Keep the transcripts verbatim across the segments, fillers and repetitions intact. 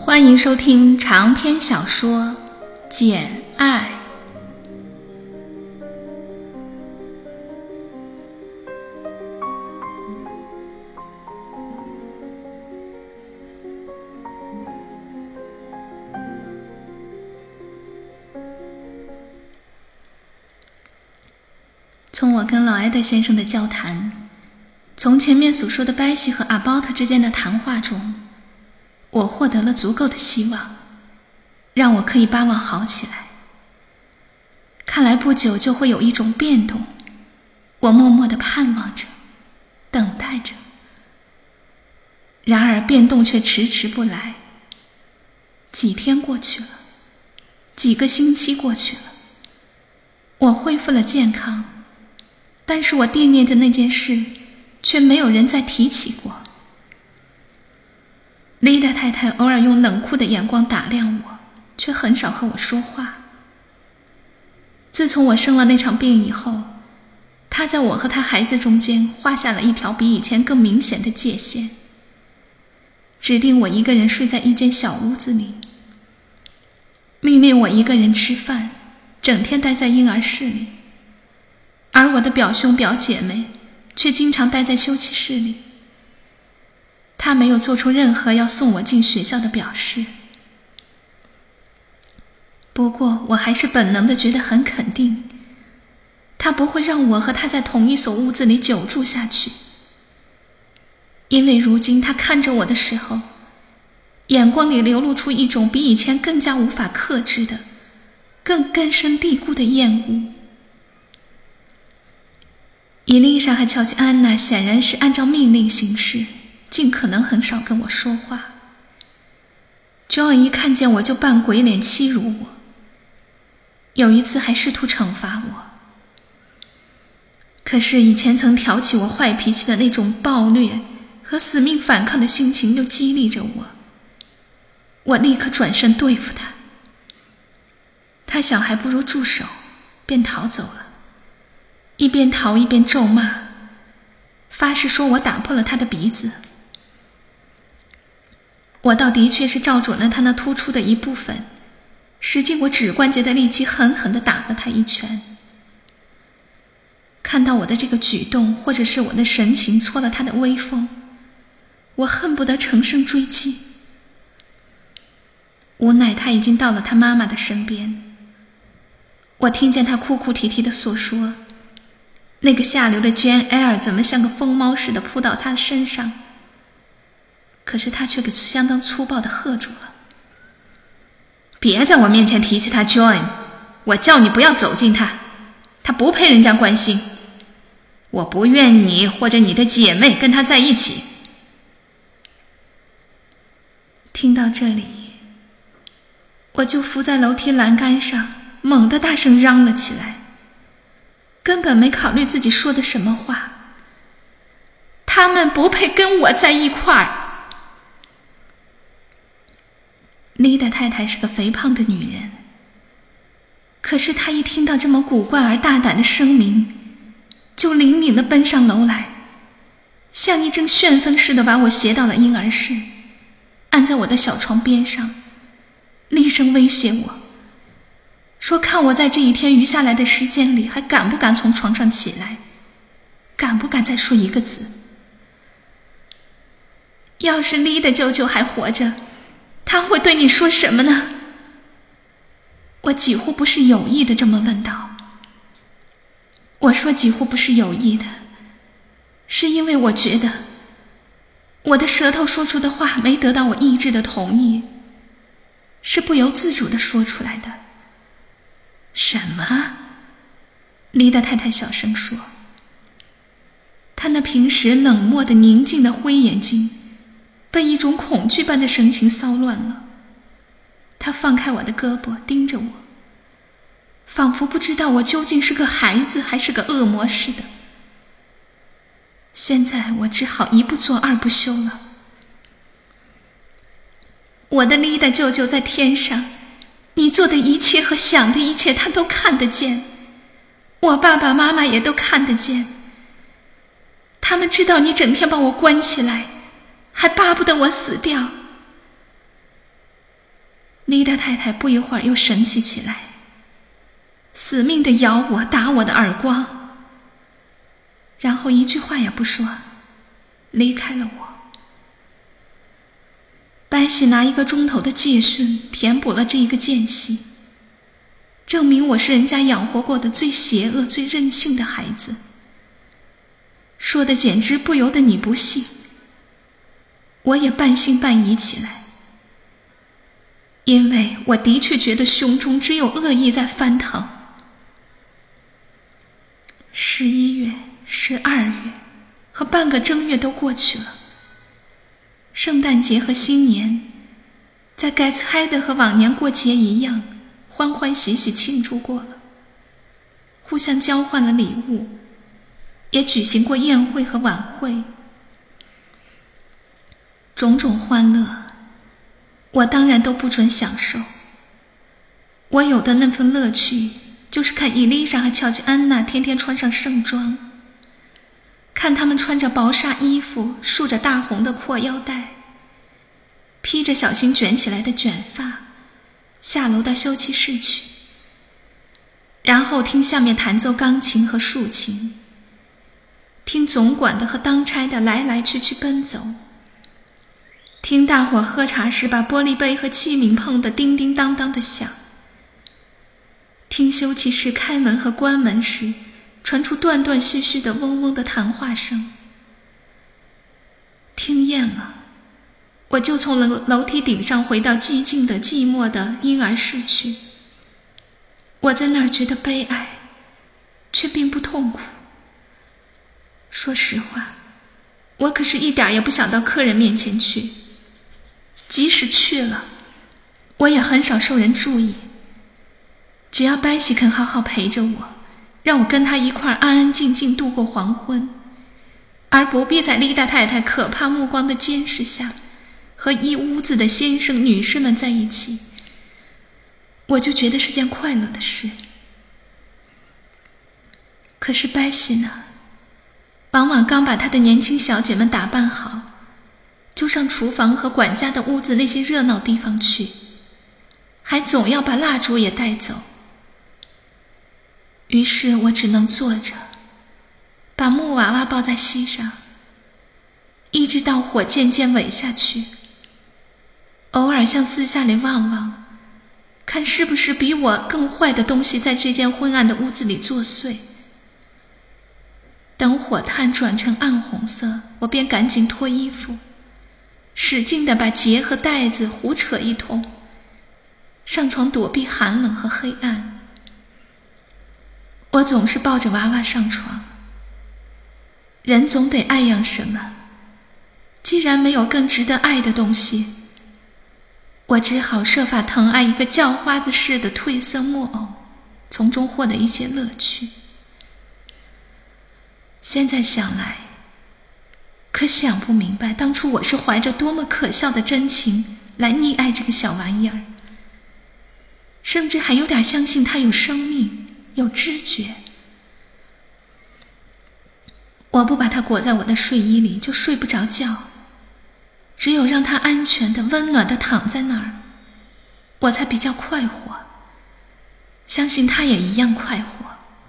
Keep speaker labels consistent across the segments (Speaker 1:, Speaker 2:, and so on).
Speaker 1: 欢迎收听长篇小说《简爱》。从我跟老埃德先生的交谈，从前面所说的白西和阿包特之间的谈话中，我获得了足够的希望，让我可以巴望好起来。看来不久就会有一种变动，我默默地盼望着，等待着。然而变动却迟迟不来。几天过去了，几个星期过去了，我恢复了健康，但是我惦念着那件事，却没有人再提起过。丽达太太偶尔用冷酷的眼光打量我，却很少和我说话。自从我生了那场病以后，她在我和她孩子中间画下了一条比以前更明显的界限，指定我一个人睡在一间小屋子里，命令我一个人吃饭，整天待在婴儿室里，而我的表兄表姐妹却经常待在休息室里。他没有做出任何要送我进学校的表示，不过我还是本能地觉得很肯定，他不会让我和他在同一所屋子里久住下去，因为如今他看着我的时候，眼光里流露出一种比以前更加无法克制的、更根深蒂固的厌恶。伊丽莎和乔西安娜显然是按照命令行事，尽可能很少跟我说话。John 一看见我就扮鬼脸欺辱我，有一次还试图惩罚我。可是以前曾挑起我坏脾气的那种暴虐和死命反抗的心情又激励着我，我立刻转身对付他。他想还不如住手，便逃走了，一边逃一边咒骂，发誓说我打破了他的鼻子。我倒的确是照准了他那突出的一部分，使尽我指关节的力气狠狠地打了他一拳。看到我的这个举动，或者是我的神情挫了他的威风，我恨不得乘胜追击。无奈他已经到了他妈妈的身边，我听见他哭哭啼啼地诉说，那个下流的 Jane Eyre 怎么像个疯猫似的扑到他身上，可是他却给相当粗暴地喝住了。别在我面前提起他 John， 我叫你不要走近他，他不配人家关心，我不愿你或者你的姐妹跟他在一起。听到这里，我就伏在楼梯栏杆上，猛地大声嚷了起来，根本没考虑自己说的什么话。他们不配跟我在一块儿。丽达太太是个肥胖的女人，可是她一听到这么古怪而大胆的声明，就灵敏地奔上楼来，像一阵旋风似的把我携到了婴儿室，按在我的小床边上，厉声威胁我，说看我在这一天余下来的时间里还敢不敢从床上起来，敢不敢再说一个字。要是丽的舅舅还活着，他会对你说什么呢？我几乎不是有意的这么问道。我说几乎不是有意的，是因为我觉得我的舌头说出的话没得到我意志的同意，是不由自主地说出来的。什么？丽达太太小声说。她那平时冷漠的宁静的灰眼睛被一种恐惧般的神情骚乱了。她放开我的胳膊盯着我，仿佛不知道我究竟是个孩子还是个恶魔似的。现在我只好一不做二不休了。我的丽达舅舅在天上，你做的一切和想的一切他都看得见，我爸爸妈妈也都看得见。他们知道你整天把我关起来，还巴不得我死掉。 丽达太太不一会儿又神气起来，死命地咬我，打我的耳光，然后一句话也不说，离开了我。白喜拿一个钟头的借训填补了这一个间隙，证明我是人家养活过的最邪恶最任性的孩子，说的简直不由得你不信。我也半信半疑起来，因为我的确觉得胸中只有恶意在翻腾。十一月、十二月和半个正月都过去了，圣诞节和新年在盖茨海德和往年过节一样欢欢喜喜庆祝过了，互相交换了礼物，也举行过宴会和晚会，种种欢乐我当然都不准享受。我有的那份乐趣就是看伊丽莎和乔吉安娜天天穿上盛装，看他们穿着薄纱衣服，束着大红的阔腰带，披着小心卷起来的卷发，下楼到休憩室去，然后听下面弹奏钢琴和竖琴，听总管的和当差的来来去去奔走，听大伙喝茶时把玻璃杯和器皿碰得叮叮当当的响，听休憩室开门和关门时传出断断续续的嗡嗡的谈话声。听厌了，我就从楼楼梯顶上回到寂静的寂寞的婴儿室去。我在那儿觉得悲哀，却并不痛苦。说实话，我可是一点也不想到客人面前去，即使去了，我也很少受人注意。只要白喜肯好好陪着我，让我跟他一块安安静静度过黄昏，而不必在丽达太太可怕目光的监视下和一屋子的先生女士们在一起，我就觉得是件快乐的事。可是白喜呢，往往刚把她的年轻小姐们打扮好，就上厨房和管家的屋子那些热闹地方去，还总要把蜡烛也带走。于是我只能坐着，把木娃娃抱在膝上，一直到火渐渐萎下去，偶尔向四下里望望，看是不是比我更坏的东西在这间昏暗的屋子里作祟。等火炭转成暗红色，我便赶紧脱衣服，使劲地把结和带子胡扯一通，上床躲避寒冷和黑暗。我总是抱着娃娃上床，人总得爱养什么，既然没有更值得爱的东西，我只好设法疼爱一个叫花子似的褪色木偶，从中获得一些乐趣。现在想来，可想不明白当初我是怀着多么可笑的真情来溺爱这个小玩意儿，甚至还有点相信它有生命，有知觉。我不把它裹在我的睡衣里就睡不着觉，只有让它安全的温暖的躺在那儿，我才比较快活，相信它也一样快活。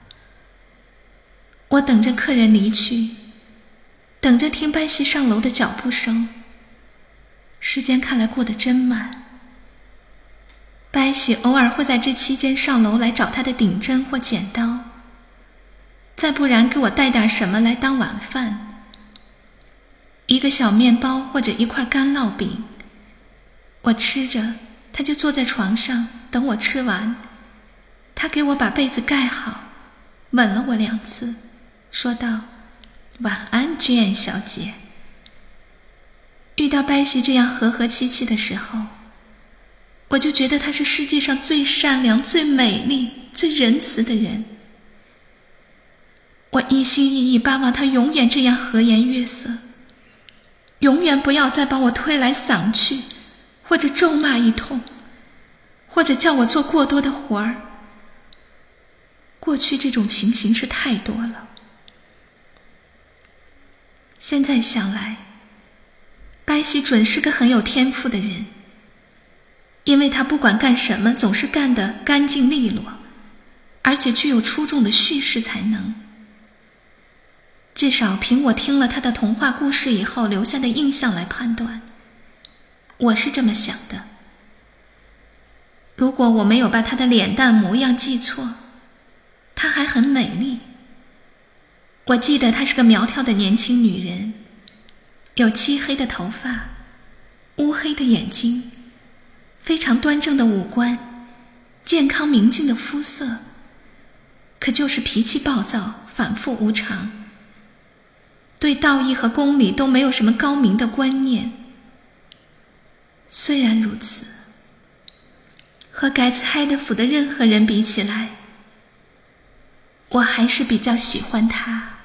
Speaker 1: 我等着客人离去，等着听白皙上楼的脚步声，时间看来过得真慢。白皙偶尔会在这期间上楼来找他的顶针或剪刀，再不然给我带点什么来当晚饭，一个小面包或者一块干烙饼。我吃着，他就坐在床上等我吃完，他给我把被子盖好，吻了我两次，说道：晚安 Jane 小姐。遇到白皙这样和和气气的时候，我就觉得他是世界上最善良最美丽最仁慈的人。我一心一意巴望他永远这样和颜悦色，永远不要再把我推来搡去，或者咒骂一通，或者叫我做过多的活儿。过去这种情形是太多了，现在想来，白皙准是个很有天赋的人， 因为他不管干什么总是干得干净利落，而且具有出众的叙事才能。至少凭我听了他的童话故事以后留下的印象来判断，我是这么想的。如果我没有把她的脸蛋模样记错，她还很美丽。我记得她是个苗条的年轻女人，有漆黑的头发，乌黑的眼睛，非常端正的五官，健康明净的肤色，可就是脾气暴躁，反复无常，对道义和公理都没有什么高明的观念。虽然如此，和盖茨海德福的任何人比起来，我还是比较喜欢他。